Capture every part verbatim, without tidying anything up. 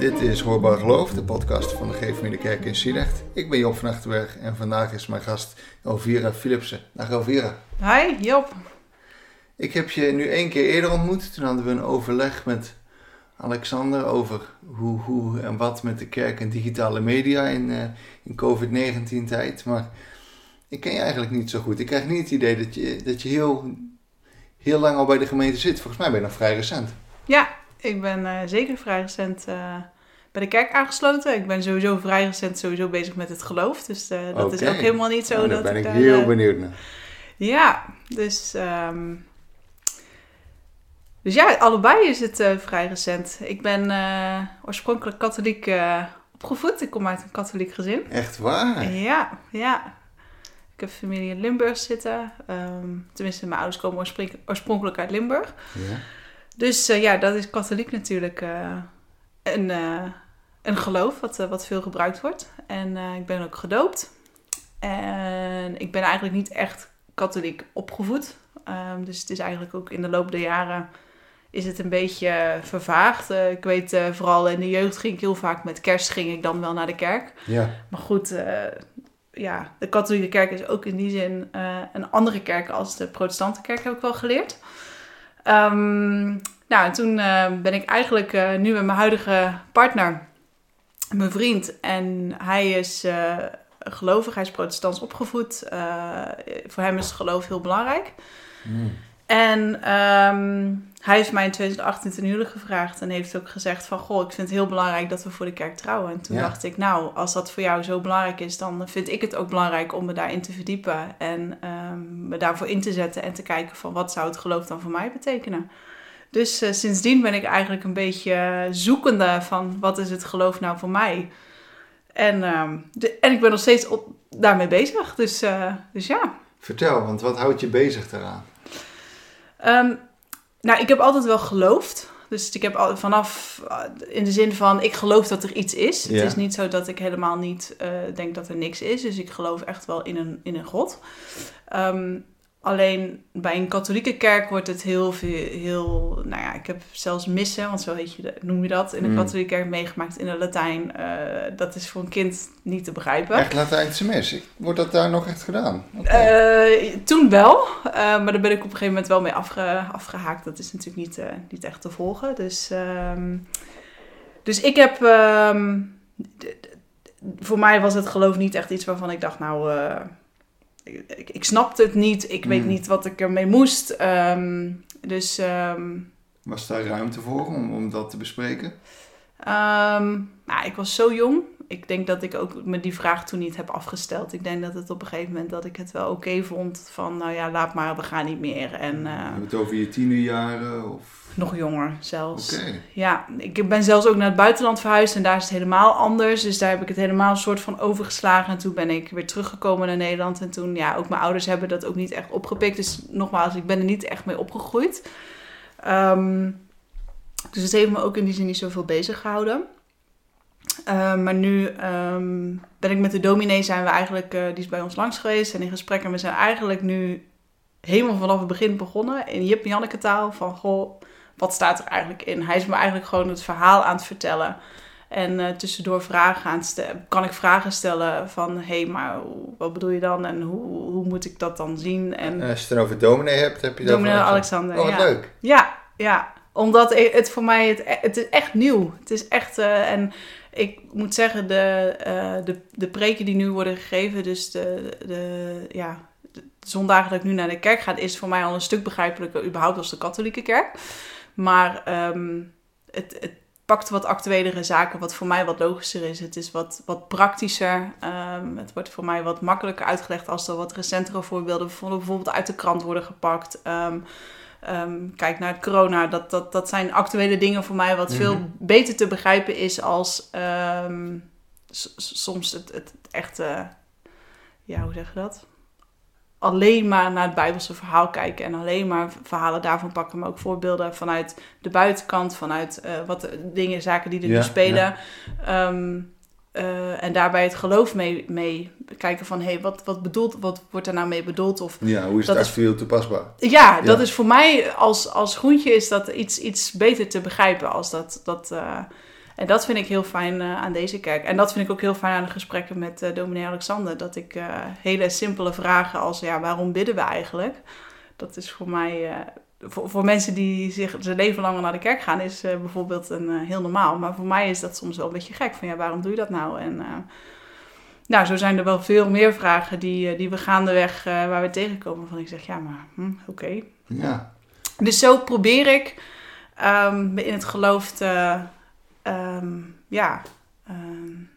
Dit is Hoorbaar Geloof, de podcast van de G-familie Kerk in Zielecht. Ik ben Job van Achterberg en vandaag is mijn gast Elvira Philipsen. Dag Elvira. Hi Job. Ik heb je nu één keer eerder ontmoet. Toen hadden we een overleg met Alexander over hoe, hoe en wat met de kerk en digitale media in, uh, in covid negentien tijd. Maar ik ken je eigenlijk niet zo goed. Ik krijg niet het idee dat je, dat je heel, heel lang al bij de gemeente zit. Volgens mij ben je nog vrij recent. Ja, ik ben uh, zeker vrij recent uh, bij de kerk aangesloten. Ik ben sowieso vrij recent sowieso bezig met het geloof. Dus uh, dat okay. is ook helemaal niet zo. Nou, dat daar ben ik, ik heel daar, uh, benieuwd naar. Ja, dus... Um, dus ja, allebei is het uh, vrij recent. Ik ben uh, oorspronkelijk katholiek uh, opgevoed. Ik kom uit een katholiek gezin. Echt waar? Ja, ja. Ik heb familie in Limburg zitten. Um, tenminste, mijn ouders komen oorspronk- oorspronkelijk uit Limburg. Ja. Dus uh, ja, dat is katholiek natuurlijk uh, een, uh, een geloof wat, uh, wat veel gebruikt wordt. En uh, ik ben ook gedoopt. En ik ben eigenlijk niet echt katholiek opgevoed. Um, dus het is eigenlijk ook in de loop der jaren is het een beetje vervaagd. Uh, ik weet uh, vooral in de jeugd ging ik heel vaak met kerst ging ik dan wel naar de kerk. Ja. Maar goed, uh, ja, de katholieke kerk is ook in die zin uh, een andere kerk als de protestante kerk, heb ik wel geleerd. Um, nou, en toen uh, ben ik eigenlijk uh, nu met mijn huidige partner, mijn vriend. En hij is uh, gelovig, hij is protestants opgevoed. Uh, voor hem is geloof heel belangrijk. Mm. En um, hij heeft mij in twintig achttien ten huwelijk gevraagd en heeft ook gezegd van... Goh, ik vind het heel belangrijk dat we voor de kerk trouwen. En toen ja. dacht ik, nou, als dat voor jou zo belangrijk is... dan vind ik het ook belangrijk om me daarin te verdiepen... en um, me daarvoor in te zetten en te kijken van wat zou het geloof dan voor mij betekenen. Dus uh, sindsdien ben ik eigenlijk een beetje zoekende van wat is het geloof nou voor mij. En, um, de, en ik ben nog steeds op, daarmee bezig, dus, uh, dus ja. Vertel, want wat houdt je bezig daaraan? Um, nou, ik heb altijd wel geloofd. Dus ik heb al, vanaf in de zin van, ik geloof dat er iets is. Ja. Het is niet zo dat ik helemaal niet uh, denk dat er niks is. Dus ik geloof echt wel in een, in een God. Um, alleen bij een katholieke kerk wordt het heel veel, heel, nou ja, ik heb zelfs missen, want zo heet je, noem je dat, in een mm. katholieke kerk meegemaakt in het Latijn. Uh, dat is voor een kind niet te begrijpen. Echt Latijnse mis? Wordt dat daar nog echt gedaan? Okay. Uh, toen wel, uh, maar daar ben ik op een gegeven moment wel mee afge, afgehaakt. Dat is natuurlijk niet, uh, niet echt te volgen. Dus, um, dus ik heb, um, d- d- voor mij was het geloof niet echt iets waarvan ik dacht, nou... Uh, Ik, ik snapte het niet. Ik weet mm. niet wat ik ermee moest. Um, dus, um, was daar ruimte voor om, om dat te bespreken? Um, nou, ik was zo jong. Ik denk dat ik ook me die vraag toen niet heb afgesteld. Ik denk dat het op een gegeven moment dat ik het wel oké okay vond. Van nou ja, laat maar, we gaan niet meer. En, uh, Heb je het over je tienerjaren? Of? Nog jonger zelfs. Okay. Ja, ik ben zelfs ook naar het buitenland verhuisd en daar is het helemaal anders. Dus daar heb ik het helemaal een soort van overgeslagen. En toen ben ik weer teruggekomen naar Nederland. En toen, ja, ook mijn ouders hebben dat ook niet echt opgepikt. Dus nogmaals, ik ben er niet echt mee opgegroeid. Um, dus het heeft me ook in die zin niet zoveel bezig gehouden. Uh, maar nu um, ben ik met de dominee, zijn we eigenlijk, uh, die is bij ons langs geweest. En in gesprek en we zijn eigenlijk nu helemaal vanaf het begin begonnen. In Jip en Janneke taal van, goh, wat staat er eigenlijk in? Hij is me eigenlijk gewoon het verhaal aan het vertellen. En uh, tussendoor vragen aan stellen, kan ik vragen stellen van... hé, hey, maar wat bedoel je dan? En hoe, hoe moet ik dat dan zien? En uh, als je het over dominee hebt, heb je dat dominee Alexander, oh, wat ja. leuk. Ja, ja. Omdat het voor mij... Het, het is echt nieuw. Het is echt... Uh, en ik moet zeggen, de, uh, de, de preken die nu worden gegeven... dus de, de, ja, de zondagen dat ik nu naar de kerk ga... is voor mij al een stuk begrijpelijker... überhaupt als de katholieke kerk. Maar um, het... het pakt wat actuelere zaken, wat voor mij wat logischer is. Het is wat, wat praktischer. Um, het wordt voor mij wat makkelijker uitgelegd als er wat recentere voorbeelden bijvoorbeeld uit de krant worden gepakt. Um, um, kijk naar het corona. Dat, dat, dat zijn actuele dingen voor mij wat veel mm-hmm. beter te begrijpen is als um, s- soms het, het echte... Ja, hoe zeg je dat? Alleen maar naar het Bijbelse verhaal kijken en alleen maar verhalen daarvan pakken, maar ook voorbeelden vanuit de buitenkant, vanuit uh, wat de dingen, zaken die er ja, nu spelen. Ja. Um, uh, en daarbij het geloof mee, mee kijken van, hé, hey, wat, wat bedoelt, wat wordt er nou mee bedoeld? Of, ja, hoe is het actueel toepasbaar? Ja, ja, dat is voor mij als, als groentje is dat iets, iets beter te begrijpen als dat... dat uh, En dat vind ik heel fijn uh, aan deze kerk. En dat vind ik ook heel fijn aan de gesprekken met uh, dominee Alexander. Dat ik uh, hele simpele vragen als, ja, waarom bidden we eigenlijk? Dat is voor mij, uh, voor, voor mensen die zich zijn leven lang naar de kerk gaan, is uh, bijvoorbeeld een, uh, heel normaal. Maar voor mij is dat soms wel een beetje gek. Van ja, waarom doe je dat nou? En uh, nou, zo zijn er wel veel meer vragen die, uh, die we gaandeweg, uh, waar we tegenkomen. Van ik zeg, ja, maar hm, oké. Okay. Ja. Dus zo probeer ik um, me in het geloof te um, ja, um,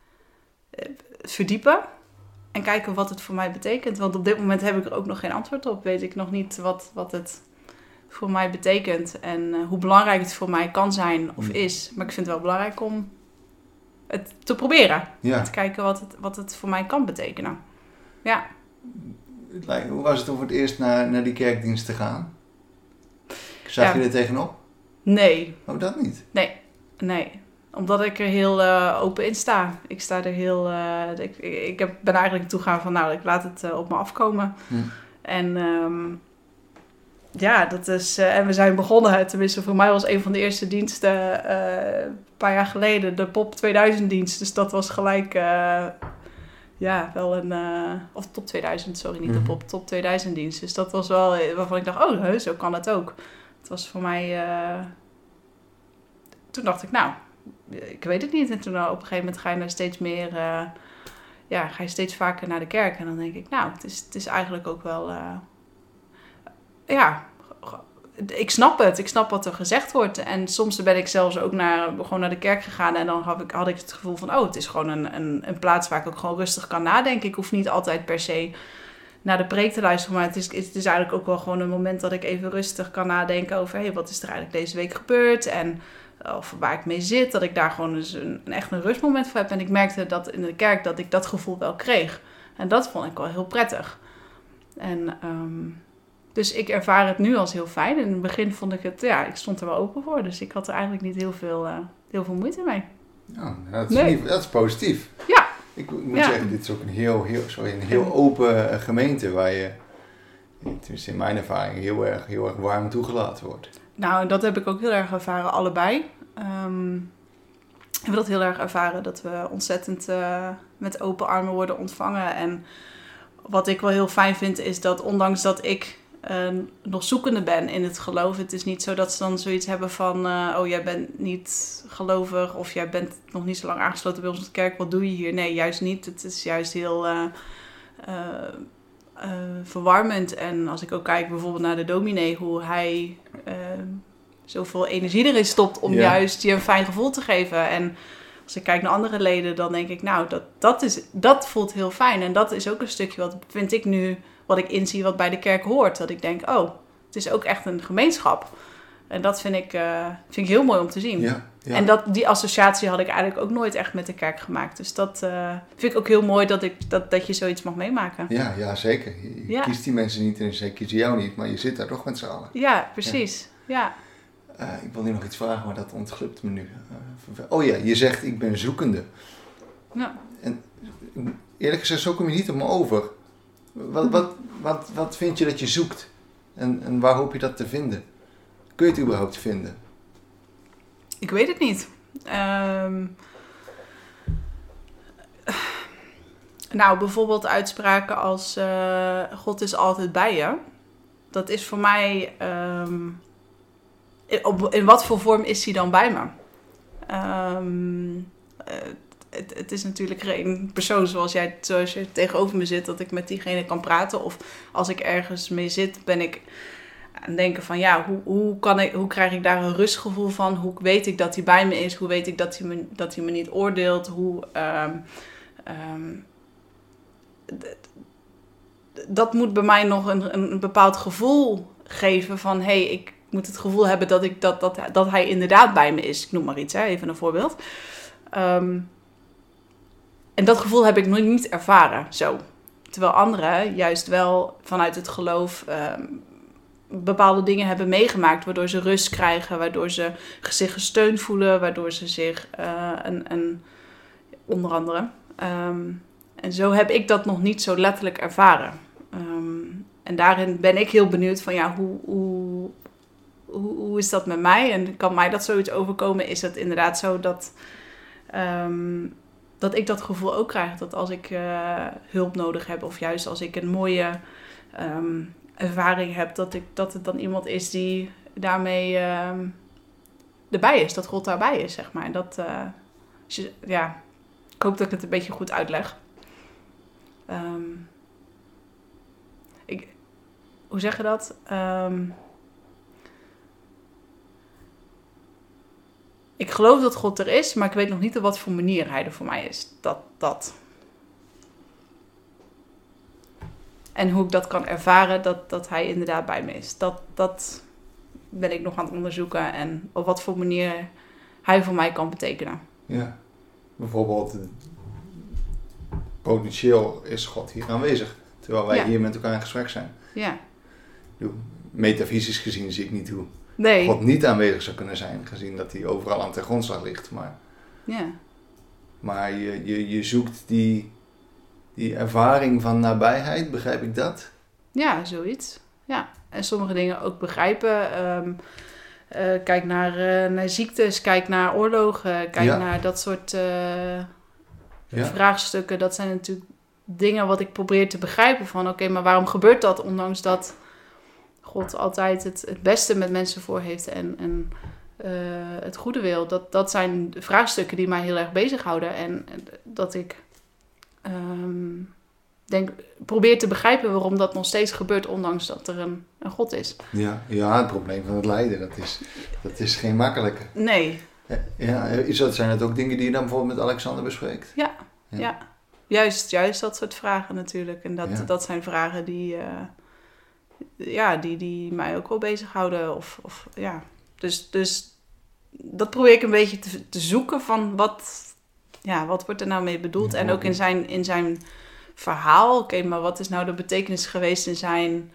verdiepen. En kijken wat het voor mij betekent. Want op dit moment heb ik er ook nog geen antwoord op. Weet ik nog niet wat, wat het voor mij betekent. En uh, hoe belangrijk het voor mij kan zijn of is. Maar ik vind het wel belangrijk om het te proberen. Ja. Te kijken wat het, wat het voor mij kan betekenen. Ja. Hoe was het om voor het eerst naar, naar die kerkdienst te gaan? Zag ja. je er tegenop? Nee. Oh, dat niet? Nee, nee. Omdat ik er heel uh, open in sta. Ik sta er heel... Uh, ik, ik heb, ben eigenlijk toegaan van, nou, ik laat het uh, op me afkomen. Hm. En um, ja, dat is... Uh, en we zijn begonnen, tenminste voor mij was een van de eerste diensten uh, een paar jaar geleden, de Pop tweeduizend dienst. Dus dat was gelijk... Uh, ja, wel een... Uh, of Top tweeduizend, sorry, niet mm-hmm. de Pop, Top tweeduizend dienst. Dus dat was wel waarvan ik dacht, oh, zo kan het ook. Het was voor mij... Uh, toen dacht ik, nou... Ik weet het niet. En toen op een gegeven moment ga je er steeds meer... Uh, ja, ga je steeds vaker naar de kerk. En dan denk ik, nou, het is, het is eigenlijk ook wel... Uh, ja, ik snap het. Ik snap wat er gezegd wordt. En soms ben ik zelfs ook naar, gewoon naar de kerk gegaan. En dan had ik, had ik het gevoel van... Oh, het is gewoon een, een, een plaats waar ik ook gewoon rustig kan nadenken. Ik hoef niet altijd per se naar de preek te luisteren. Maar het is, het is eigenlijk ook wel gewoon een moment dat ik even rustig kan nadenken over... Hé, hey, wat is er eigenlijk deze week gebeurd? En... of waar ik mee zit, dat ik daar gewoon dus een, een echt een rustmoment voor heb. En ik merkte dat in de kerk dat ik dat gevoel wel kreeg. En dat vond ik wel heel prettig. En um, dus ik ervaar het nu als heel fijn. In het begin vond ik het, ja, ik stond er wel open voor. Dus ik had er eigenlijk niet heel veel, uh, heel veel moeite mee. Ja, dat is, nee. niet, dat is positief. Ja. Ik, ik moet ja. zeggen, dit is ook een heel, heel, sorry, een heel open gemeente waar je, tenminste in mijn ervaring, heel erg, heel erg warm toegelaten wordt. Nou, dat heb ik ook heel erg ervaren, allebei. Um, hebben we dat heel erg ervaren, dat we ontzettend uh, met open armen worden ontvangen. En wat ik wel heel fijn vind, is dat ondanks dat ik uh, nog zoekende ben in het geloof, het is niet zo dat ze dan zoiets hebben van, uh, oh, jij bent niet gelovig of jij bent nog niet zo lang aangesloten bij onze kerk, wat doe je hier? Nee, juist niet. Het is juist heel... Uh, uh, Uh, verwarmend. En als ik ook kijk bijvoorbeeld naar de dominee, hoe hij uh, zoveel energie erin stopt om ja. juist je een fijn gevoel te geven. En als ik kijk naar andere leden, dan denk ik, nou, dat, dat, is, dat voelt heel fijn. En dat is ook een stukje wat vind ik nu, wat ik inzie, wat bij de kerk hoort. Dat ik denk, oh, het is ook echt een gemeenschap. En dat vind ik, uh, vind ik heel mooi om te zien. Ja, ja. En dat, die associatie had ik eigenlijk ook nooit echt met de kerk gemaakt. Dus dat uh, vind ik ook heel mooi dat, ik, dat, dat je zoiets mag meemaken. Ja, ja zeker. Je ja. kiest die mensen niet en ze kiezen jou niet, maar je zit daar toch met z'n allen. Ja, precies. Ja. Ja. Uh, ik wil nu nog iets vragen, maar dat ontglipt me nu. Uh, oh ja, je zegt ik ben zoekende. Ja. En eerlijk gezegd, zo kom je niet op me over. Wat, wat, wat, wat vind je dat je zoekt? En, en waar hoop je dat te vinden? Kun je het überhaupt vinden? Ik weet het niet. Um, nou, bijvoorbeeld uitspraken als uh, God is altijd bij je. Dat is voor mij... Um, in, op, in wat voor vorm is hij dan bij me? Um, uh, het, het is natuurlijk geen persoon zoals jij zoals je tegenover me zit, dat ik met diegene kan praten. Of als ik ergens mee zit, ben ik... En denken van ja, hoe, hoe, kan ik, hoe krijg ik daar een rustgevoel van? Hoe weet ik dat hij bij me is? Hoe weet ik dat hij me, dat hij me niet oordeelt? Hoe, um, um, d- dat moet bij mij nog een, een bepaald gevoel geven van hé, hey, ik moet het gevoel hebben dat, ik, dat, dat, dat hij inderdaad bij me is. Ik noem maar iets, hè, even een voorbeeld. Um, en dat gevoel heb ik nog niet ervaren, zo. Terwijl anderen juist wel vanuit het geloof... Um, bepaalde dingen hebben meegemaakt, waardoor ze rust krijgen, waardoor ze zich gesteund voelen, waardoor ze zich uh, een, een, onder andere. Um, en zo heb ik dat nog niet zo letterlijk ervaren. Um, en daarin ben ik heel benieuwd van ja, hoe, hoe, hoe, hoe is dat met mij? En kan mij dat zoiets overkomen? Is het inderdaad zo dat, um, dat ik dat gevoel ook krijg? Dat als ik uh, hulp nodig heb of juist als ik een mooie um, ervaring heb, dat, ik, dat het dan iemand is die daarmee um, erbij is. Dat God daarbij is, zeg maar. Dat, uh, je, ja, ik hoop dat ik het een beetje goed uitleg. Um, ik, hoe zeg je dat? Um, ik geloof dat God er is, maar ik weet nog niet op wat voor manier hij er voor mij is. Dat, dat. En hoe ik dat kan ervaren, dat, dat hij inderdaad bij me is. Dat, dat ben ik nog aan het onderzoeken. En op wat voor manier hij voor mij kan betekenen. Ja, bijvoorbeeld potentieel is God hier aanwezig. Terwijl wij ja. hier met elkaar in gesprek zijn. Ja. Metafysisch gezien zie ik niet hoe nee. God niet aanwezig zou kunnen zijn. Gezien dat hij overal aan ten grondslag ligt. Maar, ja. maar je, je, je zoekt die, die ervaring van nabijheid, begrijp ik dat? Ja, zoiets. Ja. En sommige dingen ook begrijpen. Um, uh, kijk naar, uh, naar ziektes, kijk naar oorlogen, kijk ja. naar dat soort uh, ja. vraagstukken. Dat zijn natuurlijk dingen wat ik probeer te begrijpen van oké, okay, maar waarom gebeurt dat? Ondanks dat God altijd het, het beste met mensen voor heeft en, en uh, het goede wil. Dat, dat zijn vraagstukken die mij heel erg bezighouden. En dat ik um, denk, probeer te begrijpen waarom dat nog steeds gebeurt, ondanks dat er een, een God is. Ja, ja, het probleem van het lijden, dat is, dat is geen makkelijke. Nee. Ja, is dat, zijn het ook dingen die je dan bijvoorbeeld met Alexander bespreekt? Ja, ja. ja. Juist, juist dat soort vragen natuurlijk. En dat, ja. dat zijn vragen die, uh, ja, die, die mij ook wel bezighouden. Of, of, ja. dus, dus dat probeer ik een beetje te, te zoeken van wat, ja, wat wordt er nou mee bedoeld. Ja, en ook in zijn, in zijn verhaal. Oké, okay, maar wat is nou de betekenis geweest in zijn,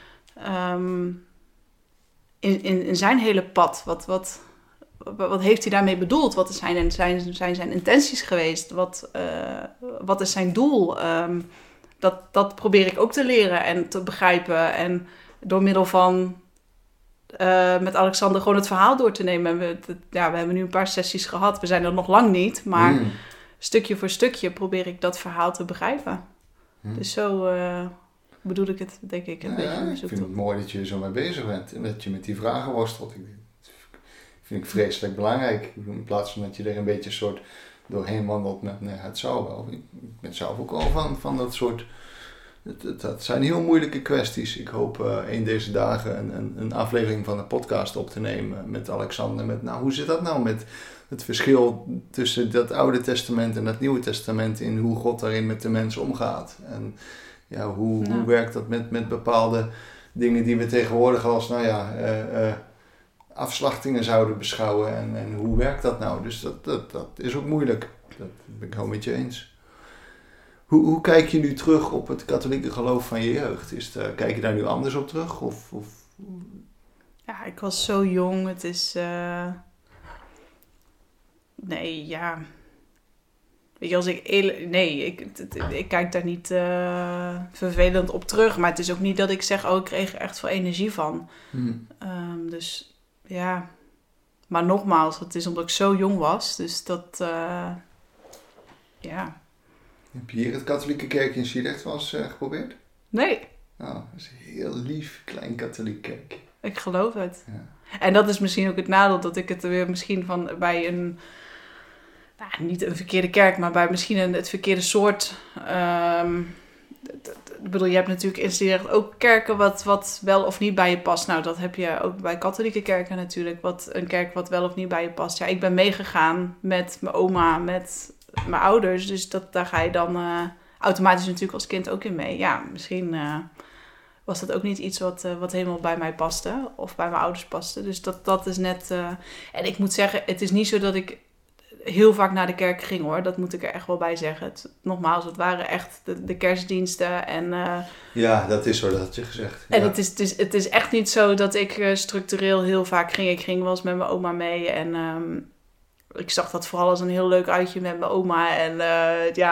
um, in, in, in zijn hele pad? Wat... wat Wat heeft hij daarmee bedoeld? Wat zijn zijn, zijn, zijn intenties geweest? Wat, uh, wat is zijn doel? Um, dat, dat probeer ik ook te leren en te begrijpen. En door middel van uh, met Alexander gewoon het verhaal door te nemen. We, het, ja, we hebben nu een paar sessies gehad. We zijn er nog lang niet. Maar mm. stukje voor stukje probeer ik dat verhaal te begrijpen. Mm. Dus zo uh, bedoel ik het, denk ik, een ja, beetje. Ik vind het mooi dat je zo mee bezig bent. En dat je met die vragen worstelt. Vind ik vreselijk belangrijk. In plaats van dat je er een beetje soort doorheen wandelt met nee, het zou wel. Ik ben zelf ook al van, van dat soort... Dat, dat zijn heel moeilijke kwesties. Ik hoop uh, een deze dagen een, een, een aflevering van de podcast op te nemen met Alexander. Met, nou, hoe zit dat nou met het verschil tussen dat Oude Testament en dat Nieuwe Testament in hoe God daarin met de mens omgaat? En ja, hoe, ja. hoe werkt dat met, met bepaalde dingen die we tegenwoordig als, nou ja... Uh, uh, afslachtingen zouden beschouwen en, en hoe werkt dat nou? Dus dat, dat, dat is ook moeilijk. Dat ben ik wel met je eens. Hoe, hoe kijk je nu terug op het katholieke geloof van je jeugd? Is de, kijk je daar nu anders op terug? Of, of... Ja, ik was zo jong. Het is... Uh... Nee, ja... Weet je, als ik eerlijk... Nee, ik, ik, ik kijk daar niet uh, vervelend op terug. Maar het is ook niet dat ik zeg... Oh, ik kreeg er echt veel energie van. Hmm. Um, dus... Ja, maar nogmaals, het is omdat ik zo jong was, dus dat, uh, ja. Heb je hier het katholieke kerkje in Sliedrecht wel eens uh, geprobeerd? Nee. Oh, dat is een heel lief, klein katholiek kerkje. Ik geloof het. Ja. En dat is misschien ook het nadeel, dat ik het weer misschien van bij een, nou, niet een verkeerde kerk, maar bij misschien een, het verkeerde soort... Um, Ik bedoel, je hebt natuurlijk in Sliedrecht ook kerken wat, wat wel of niet bij je past. Nou, dat heb je ook bij katholieke kerken natuurlijk. Wat, een kerk wat wel of niet bij je past. Ja, ik ben meegegaan met mijn oma, met mijn ouders. Dus dat, daar ga je dan uh, automatisch natuurlijk als kind ook in mee. Ja, misschien uh, was dat ook niet iets wat, uh, wat helemaal bij mij paste. Of bij mijn ouders paste. Dus dat, dat is net... Uh, en ik moet zeggen, het is niet zo dat ik... heel vaak naar de kerk ging hoor, dat moet ik er echt wel bij zeggen. Het, nogmaals, het waren echt de, de kerstdiensten en... Uh, ja, dat is zo, dat had je gezegd. Ja. En het is, het, is, het is echt niet zo dat ik uh, structureel heel vaak ging. Ik ging wel eens met mijn oma mee en um, ik zag dat vooral als een heel leuk uitje met mijn oma. En uh, ja,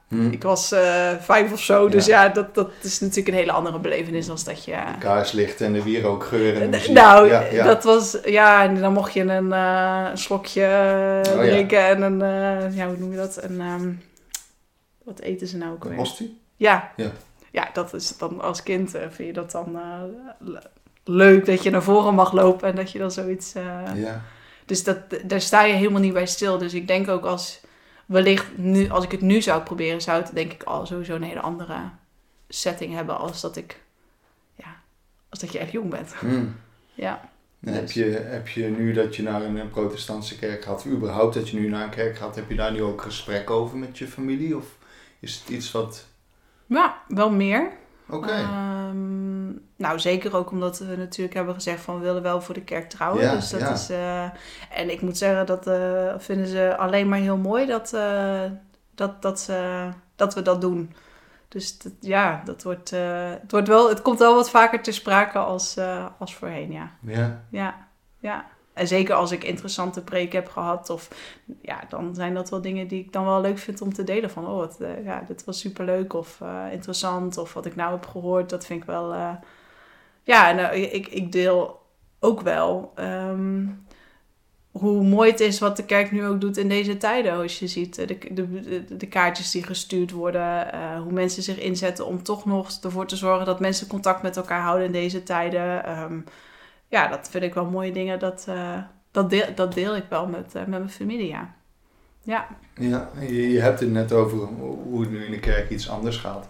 Hmm. Ik was uh, vijf of zo, dus Ja. ja, dat, dat is natuurlijk een hele andere belevenis dan dat je... De kaarslichten en de wierookgeur en de muziek. Nou, ja, ja. dat was... Ja, en dan mocht je een, uh, een slokje uh, oh, drinken ja. en een... Uh, ja, hoe noem je dat? Een, um, wat eten ze nou ook Een weer? hostie? Ja. ja. Ja, dat is dan als kind uh, vind je dat dan uh, leuk dat je naar voren mag lopen en dat je dan zoiets... Uh, ja. Dus dat, daar sta je helemaal niet bij stil. Dus ik denk ook als... Wellicht nu, als ik het nu zou proberen, zou het denk ik al sowieso een hele andere setting hebben als dat ik, ja, als dat je echt jong bent. Hmm. Ja. En Dus. heb, je, heb je nu dat je naar een protestantse kerk gaat, of überhaupt dat je nu naar een kerk gaat, heb je daar nu ook gesprek over met je familie? Of is het iets wat... Ja, wel meer. Oké. Okay. Um, nou, zeker ook omdat we natuurlijk hebben gezegd van we willen wel voor de kerk trouwen. Ja, dus dat ja. is... Uh, en ik moet zeggen, dat uh, vinden ze alleen maar heel mooi dat, uh, dat, dat, ze, dat we dat doen. Dus dat, ja, dat wordt, uh, het, wordt wel, het komt wel wat vaker ter sprake als, uh, als voorheen, ja. Ja. Ja, ja. En zeker als ik interessante preek heb gehad, of ja, dan zijn dat wel dingen die ik dan wel leuk vind om te delen. Van, oh, wat, uh, ja, dit was superleuk of uh, interessant, of wat ik nou heb gehoord, dat vind ik wel... Uh, ja, en uh, ik, ik deel ook wel um, hoe mooi het is wat de kerk nu ook doet in deze tijden. Als je ziet de, de, de, de kaartjes die gestuurd worden, uh, hoe mensen zich inzetten om toch nog ervoor te zorgen dat mensen contact met elkaar houden in deze tijden. Um, ja, dat vind ik wel mooie dingen. Dat, uh, dat, deel, dat deel ik wel met, uh, met mijn familie, ja. Ja, ja je, je hebt het net over hoe het nu in de kerk iets anders gaat.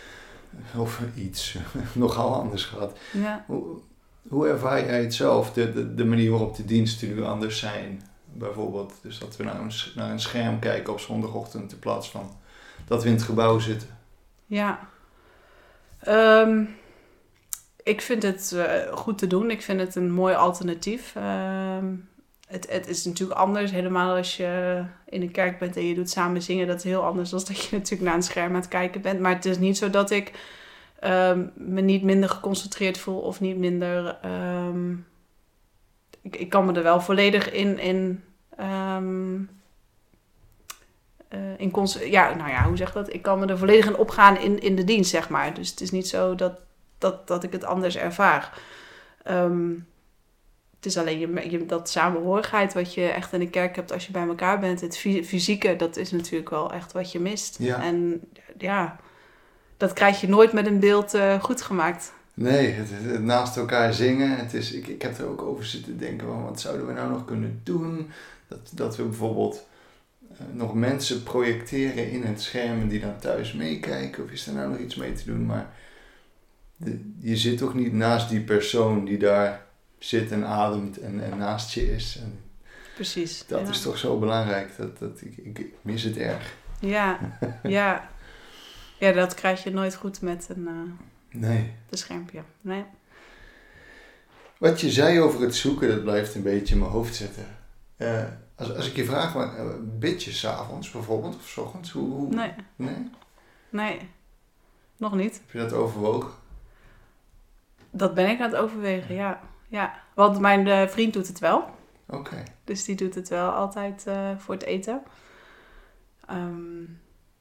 Of iets nogal anders gaat. Ja. Hoe, hoe ervaar jij het zelf? De, de, de manier waarop de diensten nu anders zijn, bijvoorbeeld. Dus dat we naar een, naar een scherm kijken op zondagochtend in plaats van dat we in het gebouw zitten. Ja. Um, ik vind het uh, goed te doen. Ik vind het een mooi alternatief. Um, het, het is natuurlijk anders, helemaal als je in een kerk bent en je doet samen zingen. Dat is heel anders dan dat je natuurlijk naar een scherm aan het kijken bent. Maar het is niet zo dat ik um, me niet minder geconcentreerd voel of niet minder... Um, ik, ik kan me er wel volledig in... in um, Uh, in cons- ja, nou ja, hoe zeg ik dat? Ik kan me er volledig in opgaan in, in de dienst, zeg maar. Dus het is niet zo dat, dat, dat ik het anders ervaar. Um, het is alleen je, je, dat samenhorigheid wat je echt in de kerk hebt als je bij elkaar bent. Het fysieke, dat is natuurlijk wel echt wat je mist. Ja. En ja, dat krijg je nooit met een beeld uh, goed gemaakt. Nee, het, het naast elkaar zingen. Het is, ik, ik heb er ook over zitten denken, van, wat zouden we nou nog kunnen doen? Dat, dat we bijvoorbeeld... Uh, nog mensen projecteren in het scherm en die dan thuis meekijken, of is er nou nog iets mee te doen, maar de, je zit toch niet naast die persoon die daar zit en ademt en, en naast je is. En precies. Dat ja. is toch zo belangrijk, dat, dat, ik, ik, ik mis het erg. Ja, ja. Ja, dat krijg je nooit goed met een, uh, nee. een schermpje. Nee. Wat je zei over het zoeken, dat blijft een beetje in mijn hoofd zitten. Uh, Als, als ik je vraag, maar, bid je 's avonds bijvoorbeeld, of 's ochtends? Hoe, hoe? Nee. Nee? Nee, nog niet. Heb je dat overwogen? Dat ben ik aan het overwegen, ja. ja. Want mijn uh, vriend doet het wel. Oké. Okay. Dus die doet het wel altijd uh, voor het eten. Um,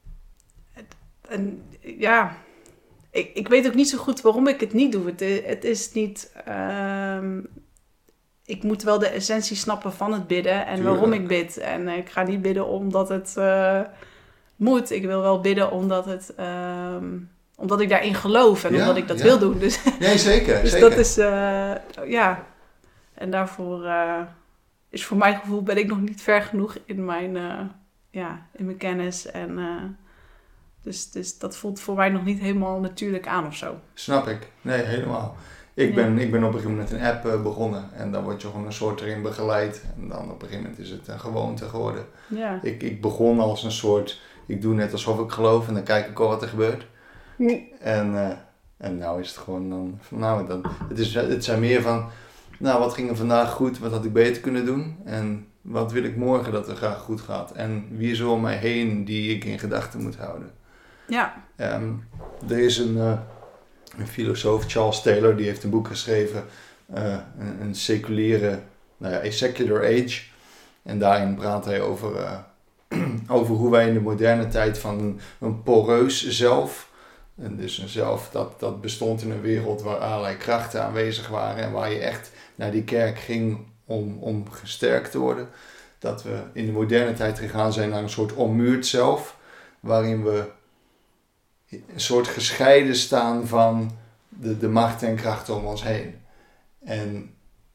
en ja, ik, ik weet ook niet zo goed waarom ik het niet doe. Het, het is niet... Um, ik moet wel de essentie snappen van het bidden en Tuurlijk. waarom ik bid. En ik ga niet bidden omdat het uh, moet. Ik wil wel bidden omdat, het, um, omdat ik daarin geloof en ja, omdat ik dat ja. wil doen. Dus, nee, zeker. dus zeker. dat is, uh, ja. En daarvoor uh, is voor mijn gevoel ben ik nog niet ver genoeg in mijn, uh, ja, in mijn kennis. En, uh, dus, dus dat voelt voor mij nog niet helemaal natuurlijk aan of zo. Snap ik. Nee, helemaal. Ik ben, ja. ik ben op een gegeven moment een app uh, begonnen en dan word je gewoon een soort erin begeleid. En dan op een gegeven moment is het een gewoonte geworden. Ja. Ik, ik begon als een soort, ik doe net alsof ik geloof en dan kijk ik al wat er gebeurt. Ja. En, uh, en nou is het gewoon dan, nou dan, het, is, het zijn meer van, nou wat ging er vandaag goed, wat had ik beter kunnen doen en wat wil ik morgen dat er graag goed gaat. En wie is er om mij heen die ik in gedachten moet houden. Ja. Um, er is een... Uh, Een filosoof, Charles Taylor, die heeft een boek geschreven, uh, een, een seculiere, nou ja, a secular age. En daarin praat hij over uh, over hoe wij in de moderne tijd van een, een poreus zelf, en dus een zelf dat, dat bestond in een wereld waar allerlei krachten aanwezig waren en waar je echt naar die kerk ging om, om gesterkt te worden, dat we in de moderne tijd gegaan zijn naar een soort ommuurd zelf, waarin we een soort gescheiden staan van de, de macht en krachten om ons heen. En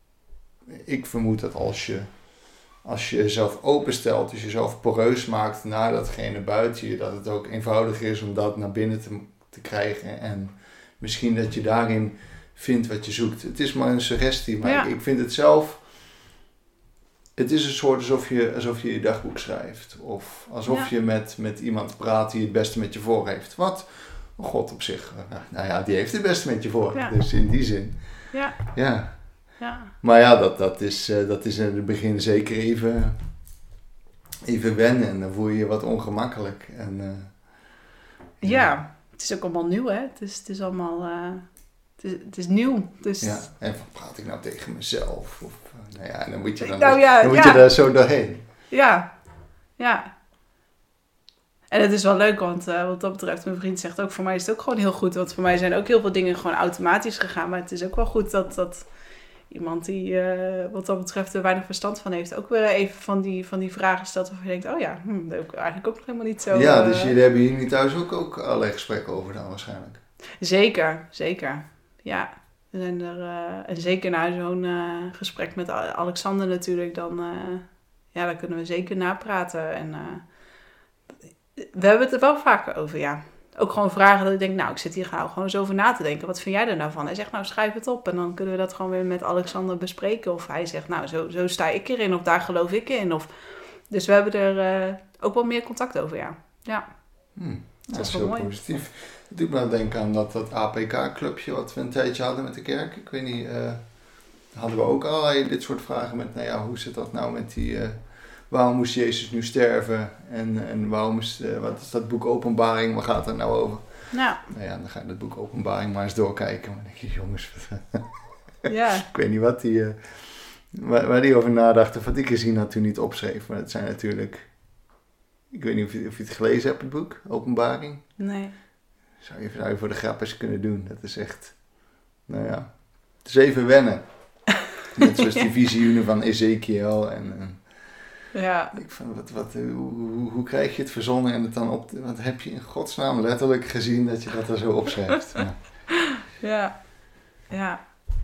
ik vermoed dat als je, als je jezelf openstelt, dus jezelf poreus maakt naar datgene buiten je, dat het ook eenvoudiger is om dat naar binnen te, te krijgen. En misschien dat je daarin vindt wat je zoekt. Het is maar een suggestie, maar ja. ik, ik vind het zelf... Het is een soort alsof je alsof je, je dagboek schrijft. Of alsof ja. je met, met iemand praat die het beste met je voor heeft. Wat God op zich, nou ja, die heeft het beste met je voor. Ja. Dus in die zin. Ja. ja. ja. Maar ja, dat, dat, is, dat is in het begin zeker even, even wennen. En dan voel je je wat ongemakkelijk. En, uh, ja. ja, het is ook allemaal nieuw, hè. Het is, het is allemaal... Uh... Het is, het is nieuw. Dus... Ja, en van praat ik nou tegen mezelf? Of, nou ja, en dan moet je, dan, nou, ja, dan moet ja. je daar zo doorheen. Ja, ja. En het is wel leuk, want uh, wat dat betreft, mijn vriend zegt ook, voor mij is het ook gewoon heel goed. Want voor mij zijn ook heel veel dingen gewoon automatisch gegaan. Maar het is ook wel goed dat, dat iemand die uh, wat dat betreft er weinig verstand van heeft, ook weer even van die, van die vragen stelt waarvan je denkt, oh ja, hm, dat heb ik eigenlijk ook nog helemaal niet zo... Ja, uh... dus jullie hebben hier nu thuis ook, ook allerlei gesprekken over dan waarschijnlijk. Zeker, zeker. Ja, we zijn er, uh, en zeker na zo'n uh, gesprek met Alexander natuurlijk, dan, uh, ja, dan kunnen we zeker napraten. En uh, we hebben het er wel vaker over, ja. Ook gewoon vragen dat ik denk, nou, ik zit hier nou gewoon eens over na te denken. Wat vind jij er nou van? Hij zegt, nou, schrijf het op. En dan kunnen we dat gewoon weer met Alexander bespreken. Of hij zegt, nou, zo, zo sta ik erin, of daar geloof ik in. Of... Dus we hebben er uh, ook wel meer contact over, ja. Ja, hmm. dat ja, is wel mooi. Positief. Het doet me aan denken aan dat, dat A P K-clubje wat we een tijdje hadden met de kerk. Ik weet niet, uh, hadden we ook allerlei dit soort vragen met, nou ja, hoe zit dat nou met die, uh, waarom moest Jezus nu sterven? En, en waarom is, uh, wat is dat boek Openbaring, waar gaat het nou over? Nou. Nou ja, dan ga je dat boek Openbaring maar eens doorkijken. Maar dan denk je, jongens, ja. ik weet niet wat die, uh, waar, waar die over nadacht of wat ik gezien had toen niet opschreef. Maar het zijn natuurlijk, ik weet niet of je, of je het gelezen hebt, het boek Openbaring. Nee. Zou je, zou je voor de grap eens kunnen doen. Dat is echt, nou ja, het is even wennen. Net zoals die visioenen van Ezekiel. En, en ja. ik van, wat, wat, hoe, hoe, hoe krijg je het verzonnen en het dan op... Wat heb je in godsnaam letterlijk gezien dat je dat er zo opschrijft? Ja. ja. Ja.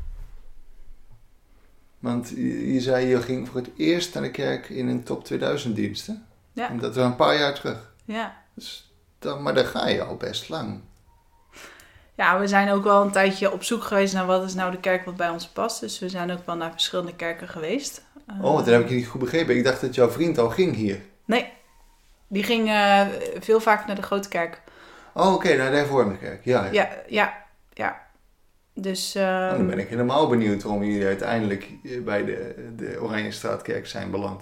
Want je, je zei, je ging voor het eerst naar de kerk in een top tweeduizend dienst, hè? Ja. En dat was een paar jaar terug. Ja. Dus, dan, maar daar ga je al best lang. Ja, we zijn ook wel een tijdje op zoek geweest naar wat is nou de kerk wat bij ons past. Dus we zijn ook wel naar verschillende kerken geweest. Oh, dat heb ik niet goed begrepen. Ik dacht dat jouw vriend al ging hier. Nee, die ging uh, veel vaker naar de Grote Kerk. Oh, oké, okay, naar de hervormde kerk. Ja, ja, ja. ja, ja. Dus, uh, nou, dan ben ik helemaal benieuwd waarom jullie uiteindelijk bij de, de Oranjestraatkerk zijn beland.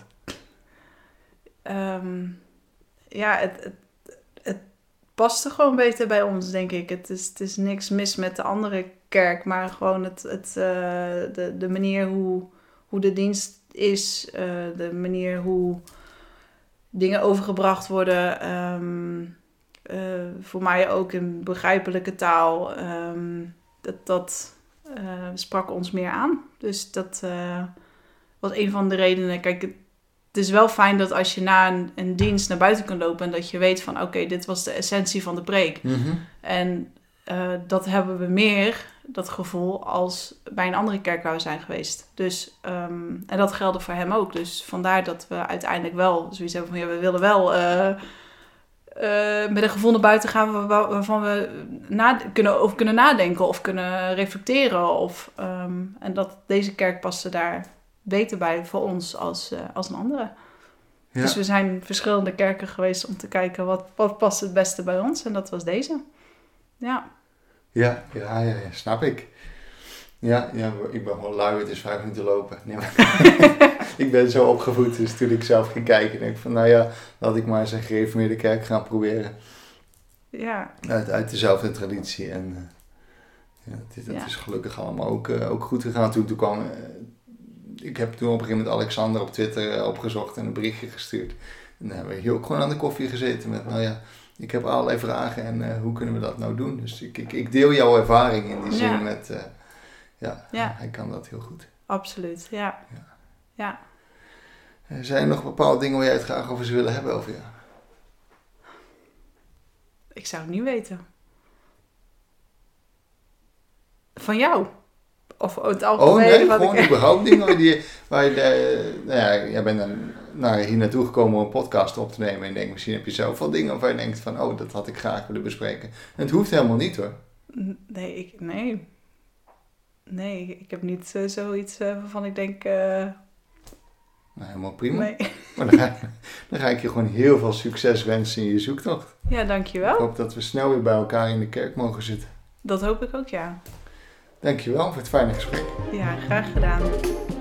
Um, ja, het, het, het paste gewoon beter bij ons, denk ik. Het is, het is niks mis met de andere kerk, maar gewoon het, het, uh, de, de manier hoe, hoe de dienst is, uh, de manier hoe dingen overgebracht worden. Um, uh, voor mij ook in begrijpelijke taal. Um, dat dat uh, sprak ons meer aan. Dus dat uh, was een van de redenen. Kijk, het, het is wel fijn dat als je na een, een dienst naar buiten kunt lopen en dat je weet van oké, okay, dit was de essentie van de preek. Mm-hmm. En uh, dat hebben we meer, dat gevoel, als bij een andere kerk waar we zijn geweest. Dus, um, en dat geldde voor hem ook. Dus vandaar dat we uiteindelijk wel zoiets hebben van ja, we willen wel uh, uh, met een gevoel naar buiten gaan waar, waarvan we na, kunnen, over kunnen nadenken of kunnen reflecteren. Of, um, en dat deze kerk paste daar beter bij voor ons als, uh, als een andere. Ja. Dus we zijn verschillende kerken geweest om te kijken wat, wat past het beste bij ons. En dat was deze. Ja. Ja, ja, ja, ja, snap ik. Ja, ja, ik ben gewoon lui, het is vijf minuten lopen. Nee, maar ik ben zo opgevoed, dus toen ik zelf ging kijken, denk ik van, nou ja, laat ik maar eens een gereformeerde kerk gaan proberen. Ja. Uit, uit dezelfde traditie. En uh, ja, dit, dat ja. is gelukkig allemaal ook, uh, ook goed gegaan. Toen, toen kwam, uh, ik heb toen op een gegeven moment Alexander op Twitter uh, opgezocht en een berichtje gestuurd. En dan hebben we hier ook gewoon aan de koffie gezeten met, nou ja, ik heb allerlei vragen en uh, hoe kunnen we dat nou doen? Dus ik, ik, ik deel jouw ervaring in die zin ja. met, uh, ja, ja, hij kan dat heel goed. Absoluut, ja. ja. ja. Uh, zijn er nog bepaalde dingen waar jij het graag over zou willen hebben over jou? Ik zou het niet weten. Van jou? Of het algemeen? Oh nee, wat gewoon ik... überhaupt dingen waar, die, waar je... Uh, nou ja, jij bent dan naar hier naartoe gekomen om een podcast op te nemen. En je denkt, misschien heb je zelf wel dingen waar je denkt van... Oh, dat had ik graag willen bespreken. En het hoeft helemaal niet hoor. Nee, ik, nee. Nee, ik heb niet uh, zoiets uh, waarvan ik denk... Uh... Nou, helemaal prima. Nee. Maar dan ga, dan ga ik je gewoon heel veel succes wensen in je zoektocht. Ja, dankjewel. Ik hoop dat we snel weer bij elkaar in de kerk mogen zitten. Dat hoop ik ook, ja. Dankjewel voor het fijne gesprek. Ja, graag gedaan.